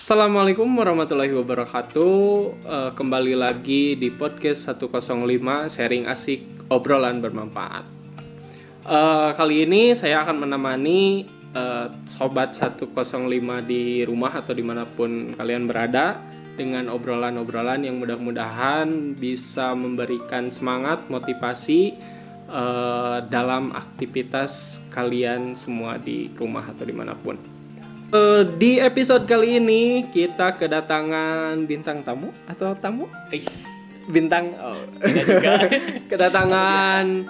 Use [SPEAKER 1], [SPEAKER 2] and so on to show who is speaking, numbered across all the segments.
[SPEAKER 1] Assalamualaikum warahmatullahi wabarakatuh. Kembali lagi di podcast 105 sharing asik obrolan bermanfaat. Kali ini saya akan menemani sobat 105 di rumah atau dimanapun kalian berada dengan obrolan-obrolan yang mudah-mudahan bisa memberikan semangat, motivasi dalam aktivitas kalian semua di rumah atau dimanapun. Di episode kali ini kita kedatangan bintang tamu atau tamu? Bintang kedatangan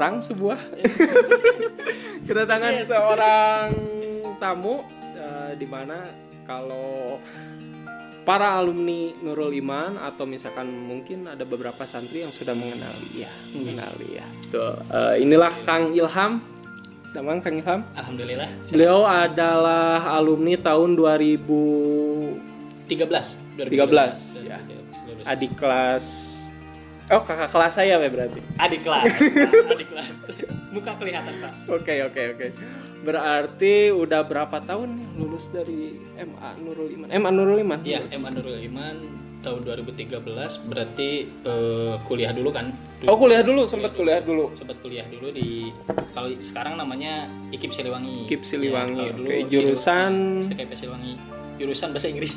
[SPEAKER 1] seorang tamu di mana kalau para alumni Nurul Iman atau misalkan mungkin ada beberapa santri yang sudah mengenali ya. Tuh, inilah Kang Ilham. Namanya Kang Ilham.
[SPEAKER 2] Alhamdulillah.
[SPEAKER 1] Beliau adalah alumni tahun 2013 ya. Adik kelas. Oh, kakak kelas saya ya berarti.
[SPEAKER 2] Adik kelas. Muka kelihatan, Pak.
[SPEAKER 1] Oke. Berarti udah berapa tahun nih lulus dari MA Nurul Iman?
[SPEAKER 2] Iya, MA Nurul Iman tahun 2013 berarti kuliah dulu kan.
[SPEAKER 1] Kuliah dulu, sempat kuliah dulu
[SPEAKER 2] di kalau sekarang namanya IKIP Siliwangi.
[SPEAKER 1] IKIP Siliwangi.
[SPEAKER 2] Ya,
[SPEAKER 1] oke, jurusan
[SPEAKER 2] STKP Siliwangi. Jurusan bahasa Inggris.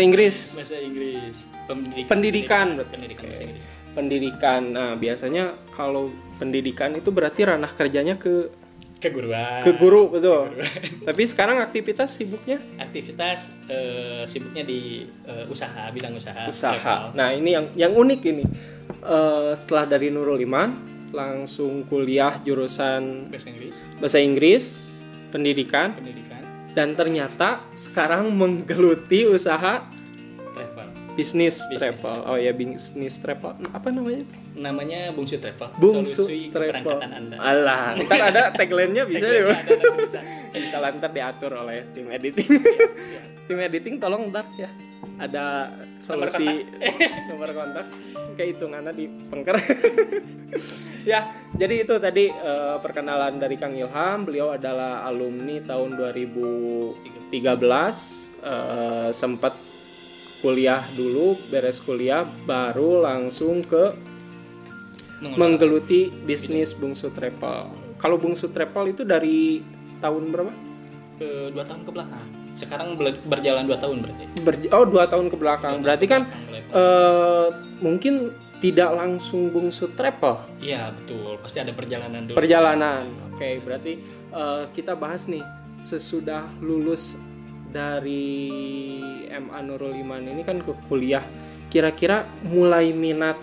[SPEAKER 1] Pendidikan
[SPEAKER 2] bahasa Inggris.
[SPEAKER 1] Pendidikan. Nah, biasanya kalau pendidikan itu berarti ranah kerjanya ke guru, betul. Tapi sekarang aktivitas sibuknya
[SPEAKER 2] di bidang usaha.
[SPEAKER 1] Nah, ini yang unik ini. Setelah dari Nurul Iman langsung kuliah jurusan bahasa Inggris, pendidikan. Dan ternyata sekarang menggeluti usaha bisnis travel. Oh ya, bisnis travel. Apa namanya?
[SPEAKER 2] Namanya Bungsu Travel.
[SPEAKER 1] Solusi
[SPEAKER 2] keberangkatan Anda.
[SPEAKER 1] Alah, ntar ada tagline-nya bisa deh. Bisa lantar diatur oleh tim editing. Siap. Tim editing tolong ntar ya. Ada solusi nomor kontak. Kehitungannya di pengker. Ya, jadi itu tadi perkenalan dari Kang Ilham. Beliau adalah alumni tahun 2013. Sempat kuliah dulu, beres kuliah baru langsung ke menggeluti bisnis Bungsu Travel. Kalau Bungsu Travel itu dari tahun berapa?
[SPEAKER 2] 2 tahun ke belakang. Sekarang berjalan 2 tahun berarti.
[SPEAKER 1] 2 tahun ke belakang. Berarti kan mungkin tidak langsung Bungsu Travel.
[SPEAKER 2] Iya, betul. Pasti ada perjalanan dulu.
[SPEAKER 1] Oke, berarti kita bahas nih sesudah lulus dari MA Nurul Iman ini kan ke kuliah. Kira-kira mulai minat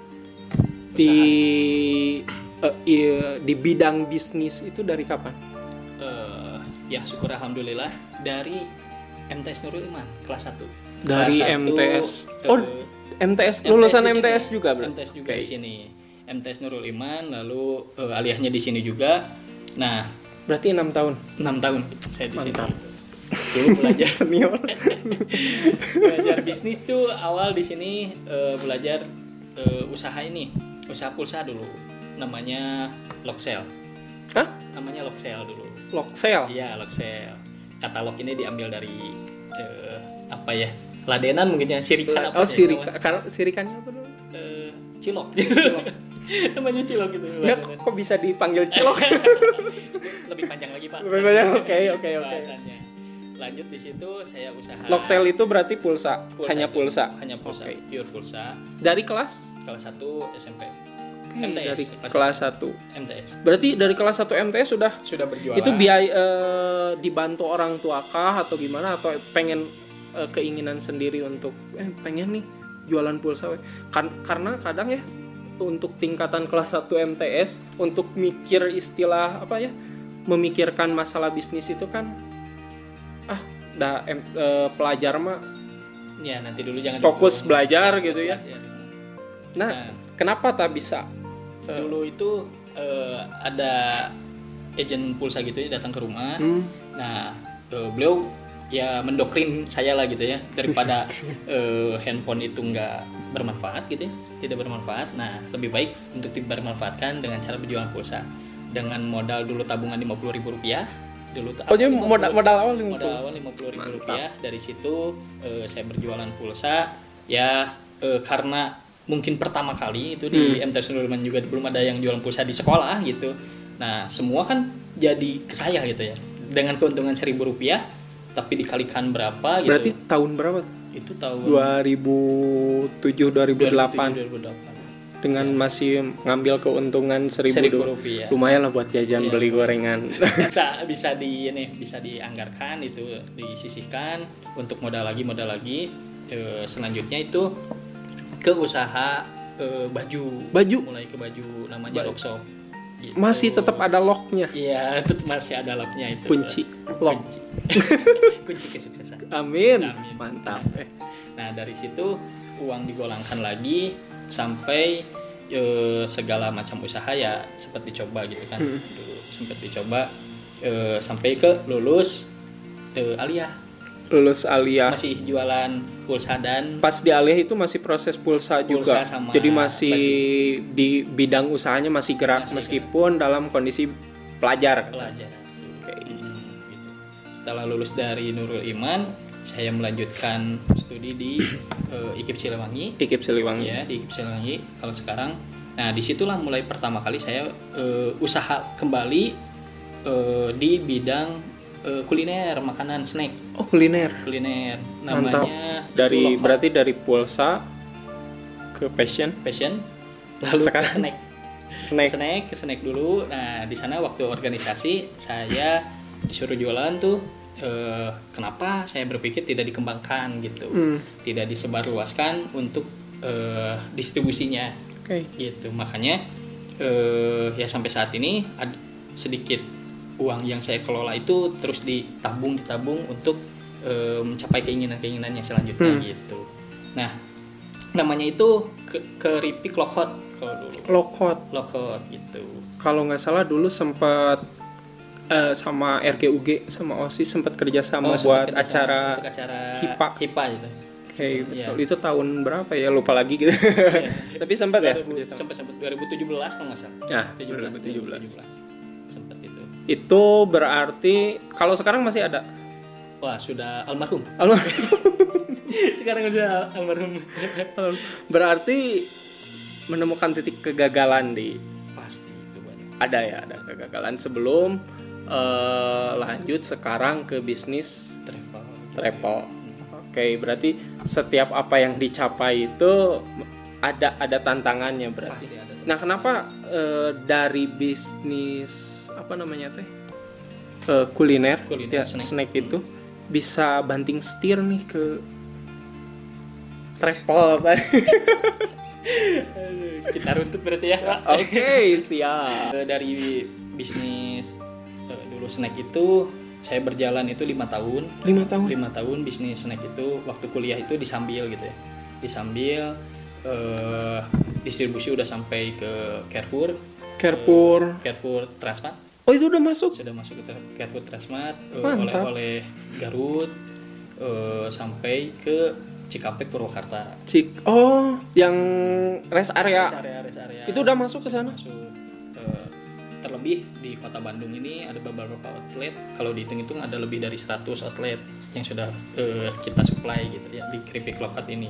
[SPEAKER 1] di bidang bisnis itu dari kapan?
[SPEAKER 2] Ya syukur alhamdulillah dari MTS Nurul Iman kelas 1.
[SPEAKER 1] Dari kelas MTS. MTS lulusan MTS juga berarti.
[SPEAKER 2] MTS juga di sini. MTS Nurul Iman lalu aliyahnya di sini juga. Nah,
[SPEAKER 1] berarti 6 tahun.
[SPEAKER 2] 6 tahun saya di sini.
[SPEAKER 1] Mantap.
[SPEAKER 2] Dulu belajar
[SPEAKER 1] senior.
[SPEAKER 2] Belajar bisnis tuh awal di sini belajar usaha pulsa dulu, namanya Loksel.
[SPEAKER 1] Hah?
[SPEAKER 2] Namanya Loksel dulu.
[SPEAKER 1] Loksel?
[SPEAKER 2] Iya, Loksel. Katalog ini diambil dari ladenan mungkin ya, sirikan apa?
[SPEAKER 1] Sirikannya apa dulu?
[SPEAKER 2] Cilok. Namanya Cilok gitu.
[SPEAKER 1] Kok bisa dipanggil Cilok?
[SPEAKER 2] Lebih panjang lagi, Pak.
[SPEAKER 1] Lebih panjang. Oke.
[SPEAKER 2] Bahasanya. Lanjut di situ saya usaha.
[SPEAKER 1] Loksel itu berarti pulsa. Hanya pulsa.
[SPEAKER 2] Okay. Pure pulsa.
[SPEAKER 1] Dari kelas
[SPEAKER 2] 1 SMP.
[SPEAKER 1] Okay,
[SPEAKER 2] MTS.
[SPEAKER 1] Dari kelas 1
[SPEAKER 2] MTS.
[SPEAKER 1] Berarti dari kelas 1 MTS sudah
[SPEAKER 2] berjualan.
[SPEAKER 1] Itu biaya dibantu orang tua kah atau gimana, atau pengen keinginan sendiri untuk pengen nih jualan pulsa karena kadang ya untuk tingkatan kelas 1 MTS untuk mikir istilah memikirkan masalah bisnis itu kan pelajar mah
[SPEAKER 2] ya nanti dulu jangan
[SPEAKER 1] fokus belajar gitu ya. Nah, kenapa tak bisa?
[SPEAKER 2] Dulu itu ada agen pulsa gitu ya datang ke rumah. Nah, beliau ya mendoktrin saya lah gitu ya, daripada handphone itu nggak bermanfaat gitu ya, tidak bermanfaat. Nah, lebih baik untuk dibermanfaatkan dengan cara berjualan pulsa. Dengan modal dulu tabungan Rp50.000, dulu tuh.
[SPEAKER 1] Oh, jadi modal awal 50.
[SPEAKER 2] Modal awal 50.000 rupiah. Dari situ saya berjualan pulsa ya, karena mungkin pertama kali itu di MTS Nurman juga belum ada yang jualan pulsa di sekolah gitu. Nah, semua kan jadi ke saya gitu ya. Dengan keuntungan 1.000 rupiah tapi dikalikan berapa gitu.
[SPEAKER 1] Berarti tahun berapa?
[SPEAKER 2] Itu tahun
[SPEAKER 1] 2007 2008.
[SPEAKER 2] 2008.
[SPEAKER 1] Dengan masih ngambil keuntungan 1.000
[SPEAKER 2] rupiah.
[SPEAKER 1] Lumayan lah buat jajan beli gorengan.
[SPEAKER 2] bisa dianggarkan itu, disisihkan untuk modal lagi. Selanjutnya itu ke usaha baju. Mulai ke baju namanya Rockshop. Gitu.
[SPEAKER 1] Masih tetap ada locknya.
[SPEAKER 2] Iya, tetap masih ada locknya itu.
[SPEAKER 1] Kunci lock.
[SPEAKER 2] Kunci kesuksesan.
[SPEAKER 1] Amin. Mantap.
[SPEAKER 2] Nah, dari situ uang digolangkan lagi sampai segala macam usaha ya sempat dicoba gitu kan. Dulu sempat dicoba sampai ke lulus aliyah.
[SPEAKER 1] Lulus aliyah.
[SPEAKER 2] Masih jualan pulsa dan
[SPEAKER 1] pas di aliyah itu masih proses pulsa juga. Jadi masih baju. Di bidang usahanya masih gerak meskipun dalam kondisi pelajar.
[SPEAKER 2] Gitu. Setelah lulus dari Nurul Iman, saya melanjutkan studi di IKIP Siliwangi. Ya, di IKIP Siliwangi. Kalau sekarang, nah disitulah mulai pertama kali saya usaha kembali di bidang kuliner, makanan, snack.
[SPEAKER 1] Oh, kuliner.
[SPEAKER 2] Namanya
[SPEAKER 1] berarti dari pulsa ke fashion,
[SPEAKER 2] lalu
[SPEAKER 1] sekarang
[SPEAKER 2] ke snack dulu. Nah, di sana waktu organisasi saya disuruh jualan tuh. Kenapa saya berpikir tidak dikembangkan gitu, tidak disebarluaskan untuk distribusinya, gitu. Makanya ya sampai saat ini sedikit uang yang saya kelola itu terus ditabung untuk mencapai keinginan yang selanjutnya gitu. Nah, namanya itu keripik Lokhot kalau dulu. Lokhot gitu.
[SPEAKER 1] Kalau nggak salah dulu sempat sama RGUG sama OSIS sempat kerja sama buat acara HIPA
[SPEAKER 2] gitu.
[SPEAKER 1] Betul. Itu tahun berapa ya? Lupa lagi gitu. Tapi sempat ya?
[SPEAKER 2] Sempat 2017 kalau nggak salah.
[SPEAKER 1] Nah, 2017.
[SPEAKER 2] Sempat itu.
[SPEAKER 1] Itu berarti kalau sekarang masih ada?
[SPEAKER 2] Wah, sudah almarhum. Sekarang sudah almarhum.
[SPEAKER 1] Berarti menemukan titik kegagalan di
[SPEAKER 2] pasti itu banyak.
[SPEAKER 1] Ada kegagalan sebelum lanjut sekarang ke bisnis travel. Oke, berarti setiap apa yang dicapai itu ada tantangannya berarti.
[SPEAKER 2] Pasti ada.
[SPEAKER 1] Nah, kenapa dari bisnis apa namanya teh kuliner ya, snack itu bisa banting setir nih ke travel tadi?
[SPEAKER 2] Kita runtut berarti ya.
[SPEAKER 1] Oke, siap.
[SPEAKER 2] Dari bisnis dulu snack itu saya berjalan itu 5 tahun. 5 tahun bisnis snack itu waktu kuliah itu disambil gitu ya. Distribusi udah sampai ke Carrefour Transmart.
[SPEAKER 1] Oh, itu udah masuk?
[SPEAKER 2] Sudah masuk ke Carrefour Transmart oleh Garut sampai ke Cikampek Purwakarta.
[SPEAKER 1] Yang rest area. Itu udah masuk ke sana?
[SPEAKER 2] Masuk. Terlebih di Kota Bandung ini ada beberapa outlet. Kalau dihitung-hitung ada lebih dari 100 outlet yang sudah kita supply gitu ya di keripik Lokhot ini.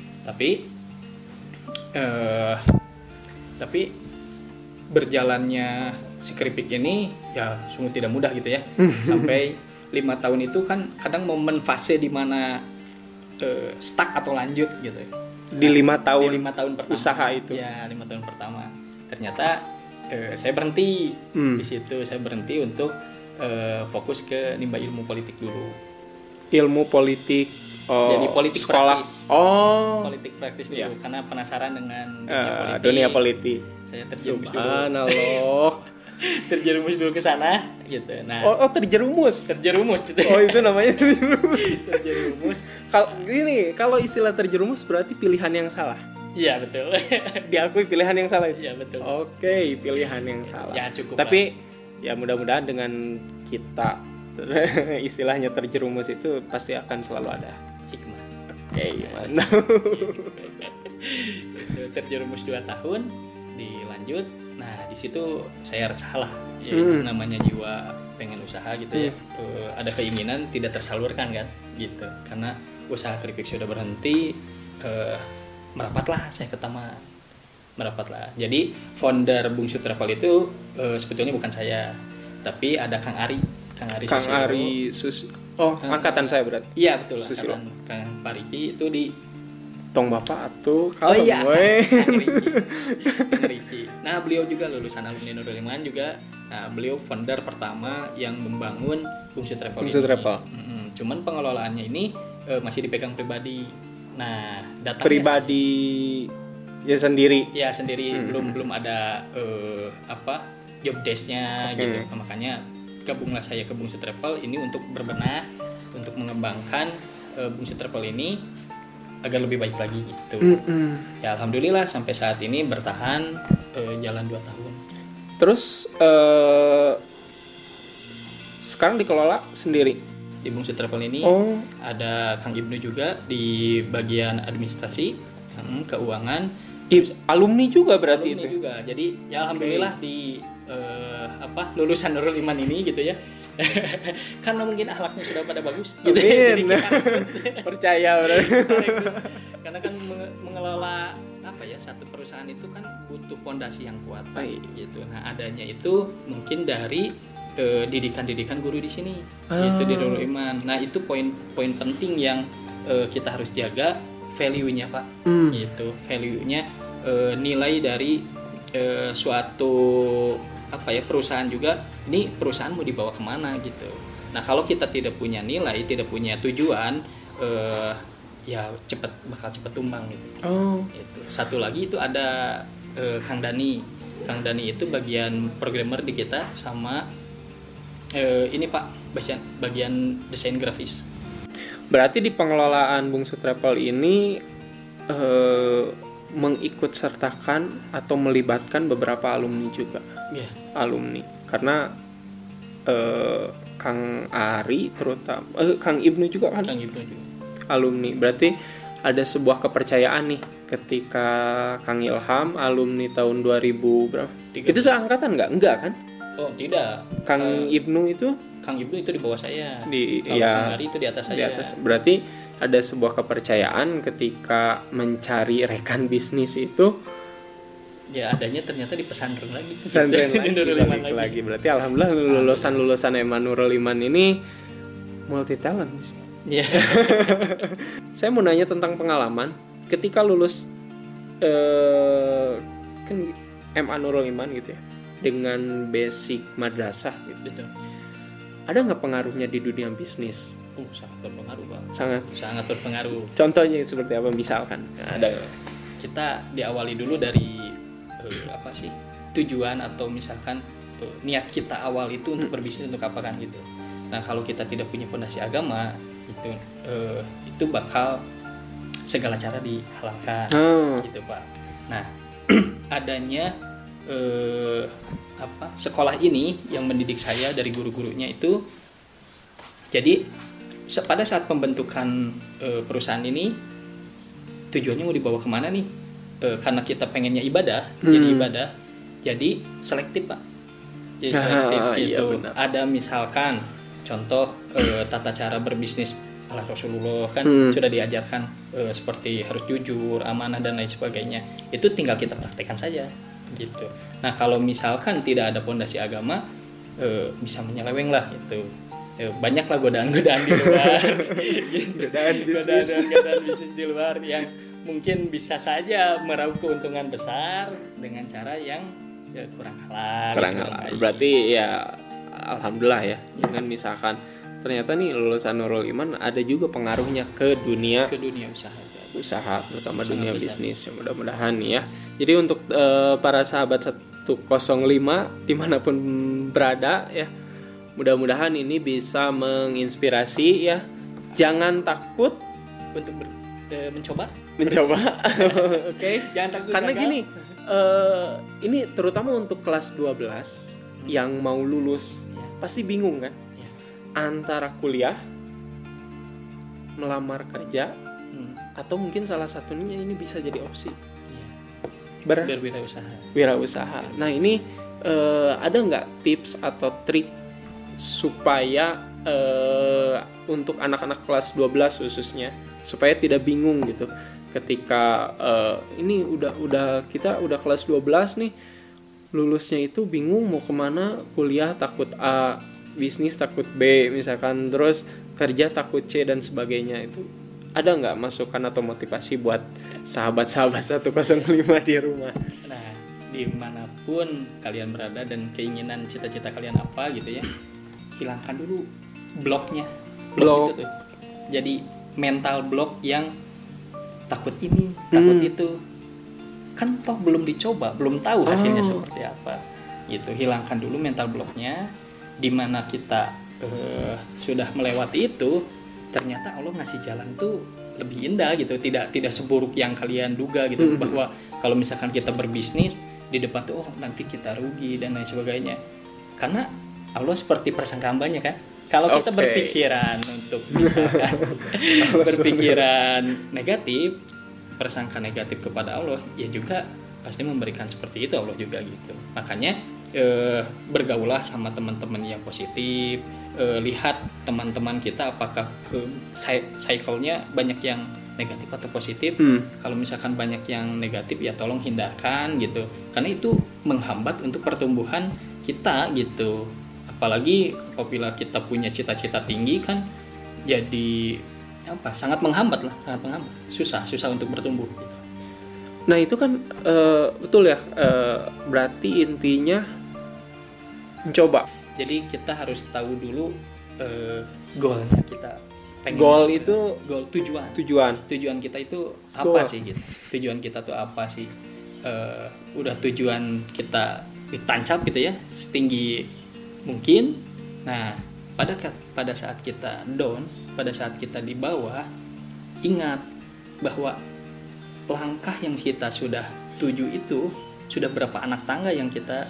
[SPEAKER 2] Tapi berjalannya si keripik ini ya sungguh tidak mudah gitu ya. Sampai 5 tahun itu kan kadang momen fase di mana stuck atau lanjut gitu.
[SPEAKER 1] Di 5 tahun
[SPEAKER 2] pertama
[SPEAKER 1] usaha itu.
[SPEAKER 2] Ya, 5 tahun pertama. Ternyata saya berhenti di situ. Saya berhenti untuk fokus ke nimba ilmu politik dulu.
[SPEAKER 1] Ilmu politik.
[SPEAKER 2] Jadi politik
[SPEAKER 1] sekolah.
[SPEAKER 2] Praktis.
[SPEAKER 1] Politik
[SPEAKER 2] praktis dulu karena penasaran dengan
[SPEAKER 1] dunia politik.
[SPEAKER 2] Saya terjerumus dulu.
[SPEAKER 1] Subhanallah.
[SPEAKER 2] Terjerumus dulu ke sana gitu. Nah,
[SPEAKER 1] terjerumus.
[SPEAKER 2] Gitu.
[SPEAKER 1] Oh, itu namanya
[SPEAKER 2] terjerumus.
[SPEAKER 1] Kalau istilah terjerumus berarti pilihan yang salah.
[SPEAKER 2] Iya, betul.
[SPEAKER 1] Diakui pilihan yang salah itu.
[SPEAKER 2] Iya, betul.
[SPEAKER 1] Oke, pilihan yang salah.
[SPEAKER 2] Ya, cukup.
[SPEAKER 1] Tapi ya mudah-mudahan dengan kita istilahnya terjerumus itu pasti akan selalu ada
[SPEAKER 2] hikmah.
[SPEAKER 1] Oke, gimana?
[SPEAKER 2] Terjerumus 2 tahun, dilanjut. Nah, di situ saya resah lah. ya namanya jiwa pengen usaha gitu ya, ada keinginan tidak tersalurkan kan gitu, karena usaha keripik sudah berhenti, merapatlah saya ke taman, merapatlah. Jadi founder Bungsu Travel itu sebetulnya bukan saya, tapi ada Kang Ari
[SPEAKER 1] angkatan saya berarti.
[SPEAKER 2] Iya betul,
[SPEAKER 1] Susilo.
[SPEAKER 2] angkatan Kang Pariki itu di
[SPEAKER 1] Tong bapak atuh
[SPEAKER 2] Kang
[SPEAKER 1] Riki.
[SPEAKER 2] Riki. Nah beliau juga lulusan alumni Nurul Iman juga. Nah beliau founder pertama yang membangun Bungsu Travel
[SPEAKER 1] Bungsu
[SPEAKER 2] ini.
[SPEAKER 1] Travel.
[SPEAKER 2] Cuman pengelolaannya ini masih dipegang pribadi. Nah datangnya
[SPEAKER 1] Pribadi ya sendiri.
[SPEAKER 2] ya sendiri, belum ada job desk-nya gitu. Nah, makanya gabunglah saya ke Bungsu Travel ini untuk berbenah, untuk mengembangkan Bungsu Travel ini agar lebih baik lagi gitu. Ya alhamdulillah sampai saat ini bertahan jalan 2 tahun.
[SPEAKER 1] Terus sekarang dikelola sendiri.
[SPEAKER 2] Di Bungsu Travel ini ada Kang Ibnu juga di bagian administrasi, keuangan,
[SPEAKER 1] Alumni juga berarti
[SPEAKER 2] alumni
[SPEAKER 1] itu.
[SPEAKER 2] juga. Jadi ya alhamdulillah di lulusan Nurul Iman ini gitu ya. Karena mungkin akhlaknya sudah pada bagus gitu. Jadi kita
[SPEAKER 1] Percaya berarti.
[SPEAKER 2] karena kan mengelola satu perusahaan itu kan butuh fondasi yang kuat gitu. Nah adanya itu mungkin dari didikan guru di sini itu di Nurul Iman. Nah itu poin penting yang kita harus jaga, value-nya Pak, gitu. Value-nya nilai dari suatu perusahaan juga, ini perusahaan mau dibawa kemana gitu. Nah kalau kita tidak punya nilai, tidak punya tujuan, ya bakal cepat tumbang gitu. Gitu. Satu lagi itu ada Kang Dani itu bagian programmer di kita, sama ini Pak bagian desain grafis.
[SPEAKER 1] Berarti di pengelolaan Bungsu Travel ini mengikut sertakan atau melibatkan beberapa alumni juga.
[SPEAKER 2] Yeah.
[SPEAKER 1] Alumni, karena Kang Ari terutama, Kang Ibnu juga kan?
[SPEAKER 2] Kang Ibnu juga.
[SPEAKER 1] Alumni, berarti ada sebuah kepercayaan nih ketika Kang Ilham alumni tahun 2000 berapa?
[SPEAKER 2] 13.
[SPEAKER 1] Itu seangkatan nggak? Enggak kan?
[SPEAKER 2] Oh tidak.
[SPEAKER 1] Kang Ibnu itu?
[SPEAKER 2] Kang Ibnu itu di bawah saya.
[SPEAKER 1] Kalau
[SPEAKER 2] Kang Ari itu di atas saya.
[SPEAKER 1] Di atas. Berarti ada sebuah kepercayaan ketika mencari rekan bisnis itu.
[SPEAKER 2] Ya adanya ternyata di pesantren lagi.
[SPEAKER 1] Pesantren
[SPEAKER 2] lagi.
[SPEAKER 1] Berarti alhamdulillah lulusan Nurul Iman ini multi talent.
[SPEAKER 2] Yeah.
[SPEAKER 1] Saya mau nanya tentang pengalaman ketika lulus kan MA Nurul Iman gitu ya, dengan basic madrasah gitu.
[SPEAKER 2] Betul.
[SPEAKER 1] Ada nggak pengaruhnya di dunia bisnis?
[SPEAKER 2] Sangat berpengaruh Pak.
[SPEAKER 1] Sangat
[SPEAKER 2] berpengaruh.
[SPEAKER 1] Contohnya seperti apa misalkan? Ada.
[SPEAKER 2] Kita diawali dulu dari tujuan atau misalkan niat kita awal itu untuk berbisnis untuk apa kan gitu. Nah kalau kita tidak punya fondasi agama itu bakal segala cara dihalalkan gitu Pak. Nah adanya sekolah ini yang mendidik saya dari guru-gurunya itu, jadi pada saat pembentukan perusahaan ini tujuannya mau dibawa kemana nih? Karena kita pengennya ibadah, jadi selektif Pak. Jadi selektif gitu.
[SPEAKER 1] Iya,
[SPEAKER 2] ada misalkan contoh tata cara berbisnis ala Rasulullah kan sudah diajarkan seperti harus jujur, amanah dan lain sebagainya. Itu tinggal kita praktekkan saja gitu. Nah kalau misalkan tidak ada fondasi agama, bisa menyeleweng lah gitu. Banyaklah godaan-godaan di luar, godaan bisnis di luar yang mungkin bisa saja meraup keuntungan besar dengan cara yang kurang halal.
[SPEAKER 1] Berarti ya alhamdulillah ya. Dengan misalkan ternyata nih lulusan Nurul Iman ada juga pengaruhnya ke dunia usaha terutama dunia bisnis. Mudah-mudahan nih ya. Jadi untuk para sahabat 105 dimanapun berada ya, mudah-mudahan ini bisa menginspirasi ya. Jangan takut
[SPEAKER 2] untuk mencoba.
[SPEAKER 1] Oke.
[SPEAKER 2] Jangan takut
[SPEAKER 1] karena
[SPEAKER 2] gagal.
[SPEAKER 1] Gini, ini terutama untuk kelas 12 yang mau lulus pasti bingung kan, antara kuliah, melamar kerja, atau mungkin salah satunya ini bisa jadi opsi berwirausaha. Nah ini ada nggak tips atau trik supaya untuk anak-anak kelas 12 khususnya supaya tidak bingung gitu ketika ini kita udah kelas 12 nih, lulusnya itu bingung mau kemana, kuliah takut A, bisnis takut B misalkan, terus kerja takut C dan sebagainya. Itu ada nggak masukan atau motivasi buat sahabat-sahabat 105 di rumah?
[SPEAKER 2] Nah, dimanapun kalian berada dan keinginan cita-cita kalian apa gitu ya, hilangkan dulu bloknya. Blok itu tuh. Jadi mental blok yang takut ini, takut itu. Kan toh belum dicoba, belum tahu hasilnya seperti apa. Gitu, hilangkan dulu mental bloknya. Dimana kita sudah melewati itu, ternyata Allah ngasih jalan tuh lebih indah gitu, tidak seburuk yang kalian duga gitu. Bahwa kalau misalkan kita berbisnis di depan tuh nanti kita rugi dan lain sebagainya, karena Allah seperti persangka hambanya kan. Kalau kita berpikiran untuk misalkan berpikiran negatif, persangka negatif kepada Allah, ya juga pasti memberikan seperti itu Allah juga gitu. Makanya bergaulah sama teman-teman yang positif, lihat teman-teman kita apakah cycle-nya banyak yang negatif atau positif. Kalau misalkan banyak yang negatif ya tolong hindarkan gitu, karena itu menghambat untuk pertumbuhan kita gitu. Apalagi apabila kita punya cita-cita tinggi kan jadi sangat menghambat, susah untuk bertumbuh gitu.
[SPEAKER 1] Nah itu kan betul ya, berarti intinya mencoba.
[SPEAKER 2] Jadi kita harus tahu dulu goalnya kita.
[SPEAKER 1] Goal itu
[SPEAKER 2] tujuan kita itu apa sih gitu. Tujuan kita tuh apa sih? Udah tujuan kita ditancap gitu ya, setinggi mungkin. Nah, pada saat kita down, pada saat kita di bawah, ingat bahwa langkah yang kita sudah tuju itu sudah berapa anak tangga yang kita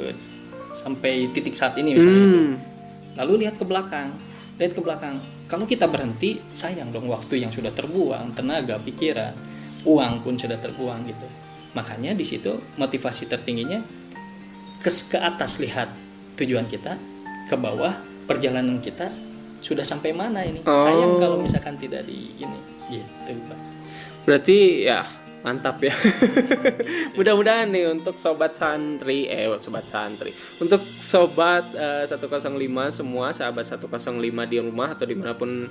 [SPEAKER 2] sampai titik saat ini misalnya. Lalu lihat ke belakang. Kalau kita berhenti, sayang dong waktu yang sudah terbuang, tenaga, pikiran, uang pun sudah terbuang gitu. Makanya di situ motivasi tertingginya ke atas, lihat tujuan kita, ke bawah perjalanan kita sudah sampai mana ini. Sayang kalau misalkan tidak di ini gitu, Pak.
[SPEAKER 1] Berarti ya mantap ya. Mudah-mudahan nih untuk sobat santri, untuk sobat 105 semua, sahabat 105 di rumah atau dimanapun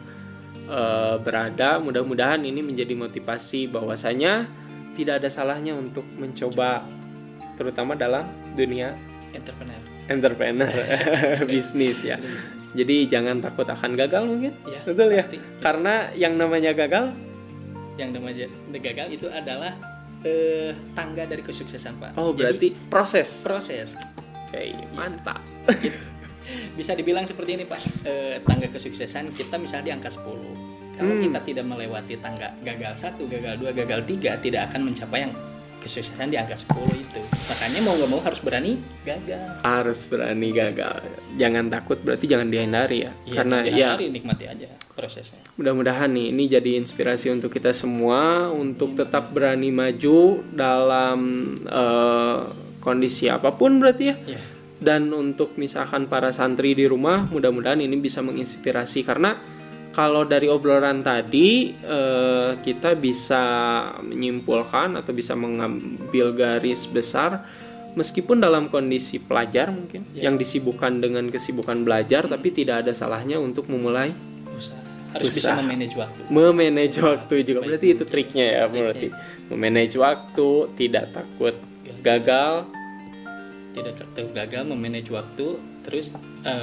[SPEAKER 1] berada, mudah-mudahan ini menjadi motivasi bahwasanya tidak ada salahnya untuk mencoba, terutama dalam dunia entrepreneur bisnis ya. Jadi jangan takut akan gagal mungkin ya, betul pasti. Ya, karena yang namanya gagal
[SPEAKER 2] itu adalah tangga dari kesuksesan, Pak.
[SPEAKER 1] Berarti
[SPEAKER 2] jadi,
[SPEAKER 1] proses.
[SPEAKER 2] Oke,
[SPEAKER 1] mantap.
[SPEAKER 2] Bisa dibilang seperti ini, Pak. Tangga kesuksesan kita misalnya di angka 10. Kalau kita tidak melewati tangga gagal 1, gagal 2, gagal 3, tidak akan mencapai yang kesuksesan di angka 10 itu. Makanya mau nggak mau harus berani gagal. Jangan takut, berarti jangan dihindari ya. Karena nikmati aja prosesnya.
[SPEAKER 1] Mudah-mudahan nih ini jadi inspirasi untuk kita semua untuk tetap berani maju dalam kondisi apapun berarti ya. Dan untuk misalkan para santri di rumah, mudah-mudahan ini bisa menginspirasi, karena kalau dari obrolan tadi kita bisa menyimpulkan atau bisa mengambil garis besar, meskipun dalam kondisi pelajar mungkin yang disibukkan dengan kesibukan belajar, tapi tidak ada salahnya untuk memulai
[SPEAKER 2] harus bisa
[SPEAKER 1] memanage waktu juga. Berarti itu triknya ya, berarti memanage waktu, tidak takut gagal,
[SPEAKER 2] memanage waktu, terus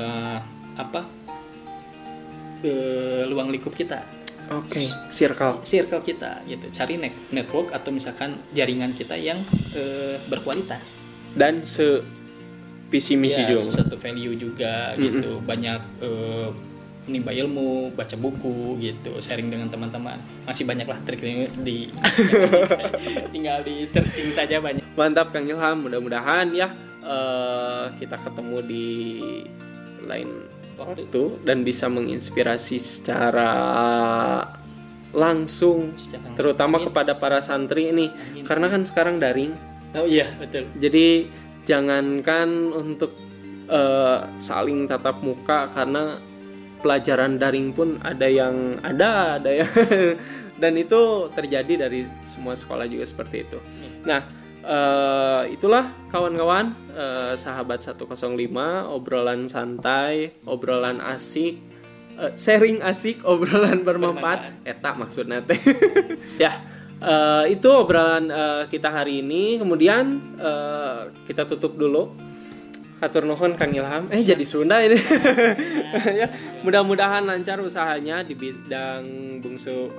[SPEAKER 2] luang lingkup kita. Circle kita gitu. Cari network atau misalkan jaringan kita yang berkualitas
[SPEAKER 1] dan visi misi juga.
[SPEAKER 2] Satu value juga gitu. Banyak menimba ilmu, baca buku gitu, sharing dengan teman-teman. Masih banyak lah triknya tinggal di searching saja banyak.
[SPEAKER 1] Mantap Kang Ilham, mudah-mudahan ya kita ketemu di lain waktu dan bisa menginspirasi secara langsung, terutama kepada para santri ini. Karena kan sekarang daring.
[SPEAKER 2] Oh iya, betul.
[SPEAKER 1] Jadi jangankan untuk saling tatap muka, karena pelajaran daring pun ada yang dan itu terjadi dari semua sekolah juga seperti itu. Nah, itulah kawan-kawan, sahabat 105, obrolan santai, obrolan asik, sharing asik, obrolan bermanfaat. Eta maksudnya teh. Ya, itu obrolan kita hari ini. Kemudian kita tutup dulu. Hatur nuhun Kang Ilham. Jadi Sunda ini. Ya, mudah-mudahan lancar usahanya di bidang bungsu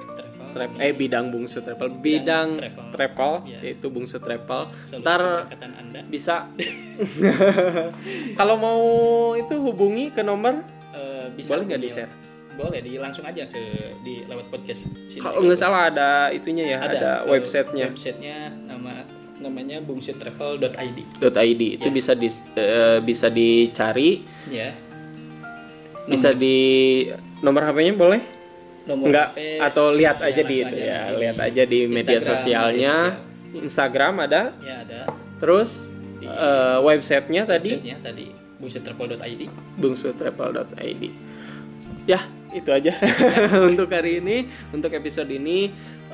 [SPEAKER 1] bidang travel, yaitu bungsu travel. Ntar bisa kalau mau itu hubungi ke nomor,
[SPEAKER 2] bisa
[SPEAKER 1] boleh nggak di-share?
[SPEAKER 2] Boleh, langsung aja di lewat podcast sini.
[SPEAKER 1] Kalau nggak salah ada itunya ya, ada websitenya.
[SPEAKER 2] Websitenya namanya bungsutravel.id.
[SPEAKER 1] Itu bisa dicari.
[SPEAKER 2] Ya.
[SPEAKER 1] Bisa di nomor HP-nya boleh?
[SPEAKER 2] Nomor
[SPEAKER 1] Enggak,
[SPEAKER 2] HP,
[SPEAKER 1] atau lihat aja di
[SPEAKER 2] langsung
[SPEAKER 1] itu
[SPEAKER 2] aja
[SPEAKER 1] ya,
[SPEAKER 2] di
[SPEAKER 1] lihat aja di media sosialnya. Instagram ada?
[SPEAKER 2] Ya, ada.
[SPEAKER 1] Terus websitenya tadi?
[SPEAKER 2] Websitenya tadi bungsutravel.id.
[SPEAKER 1] bungsutravel.id. Ya, itu aja untuk hari ini, untuk episode ini.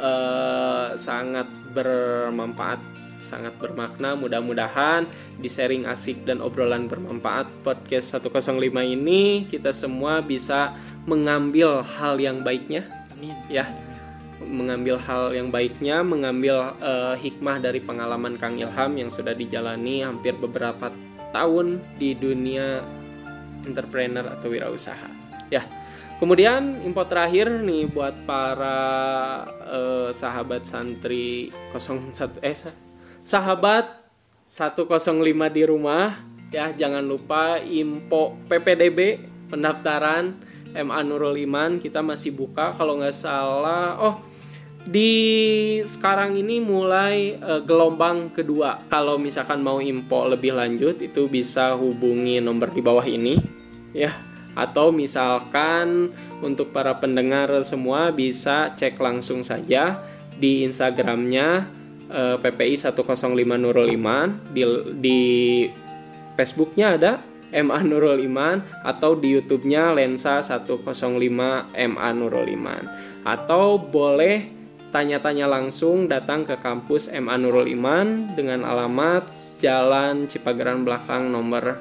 [SPEAKER 1] Sangat bermanfaat, sangat bermakna. Mudah-mudahan di sharing asik dan obrolan bermanfaat podcast 105 ini kita semua bisa mengambil hal yang baiknya.
[SPEAKER 2] Amin.
[SPEAKER 1] Ya, mengambil hal yang baiknya, mengambil hikmah dari pengalaman Kang Ilham yang sudah dijalani hampir beberapa tahun di dunia entrepreneur atau wirausaha. Ya. Kemudian info terakhir nih buat para sahabat santri 01 sahabat 105 di rumah ya, jangan lupa info PPDB pendaftaran MA Nurul Iman kita masih buka kalau nggak salah. Di sekarang ini mulai gelombang kedua. Kalau misalkan mau info lebih lanjut itu bisa hubungi nomor di bawah ini ya. Atau misalkan untuk para pendengar semua bisa cek langsung saja di Instagramnya PPI 105 Nurul Iman, di Facebooknya ada MA Nurul Iman, atau di YouTube-nya Lensa 105 MA Nurul Iman. Atau boleh tanya-tanya langsung datang ke kampus MA Nurul Iman dengan alamat Jalan Cipageran Belakang nomor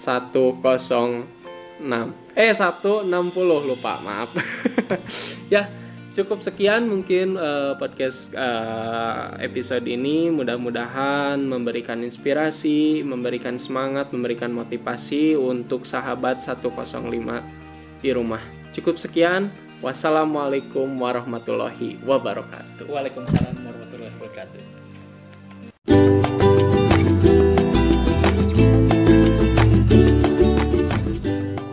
[SPEAKER 1] 160 160 lupa, maaf. Ya, cukup sekian mungkin podcast episode ini. Mudah-mudahan memberikan inspirasi, memberikan semangat, memberikan motivasi untuk sahabat 105 di rumah. Cukup sekian. Wassalamualaikum warahmatullahi wabarakatuh.
[SPEAKER 2] Waalaikumsalam warahmatullahi wabarakatuh.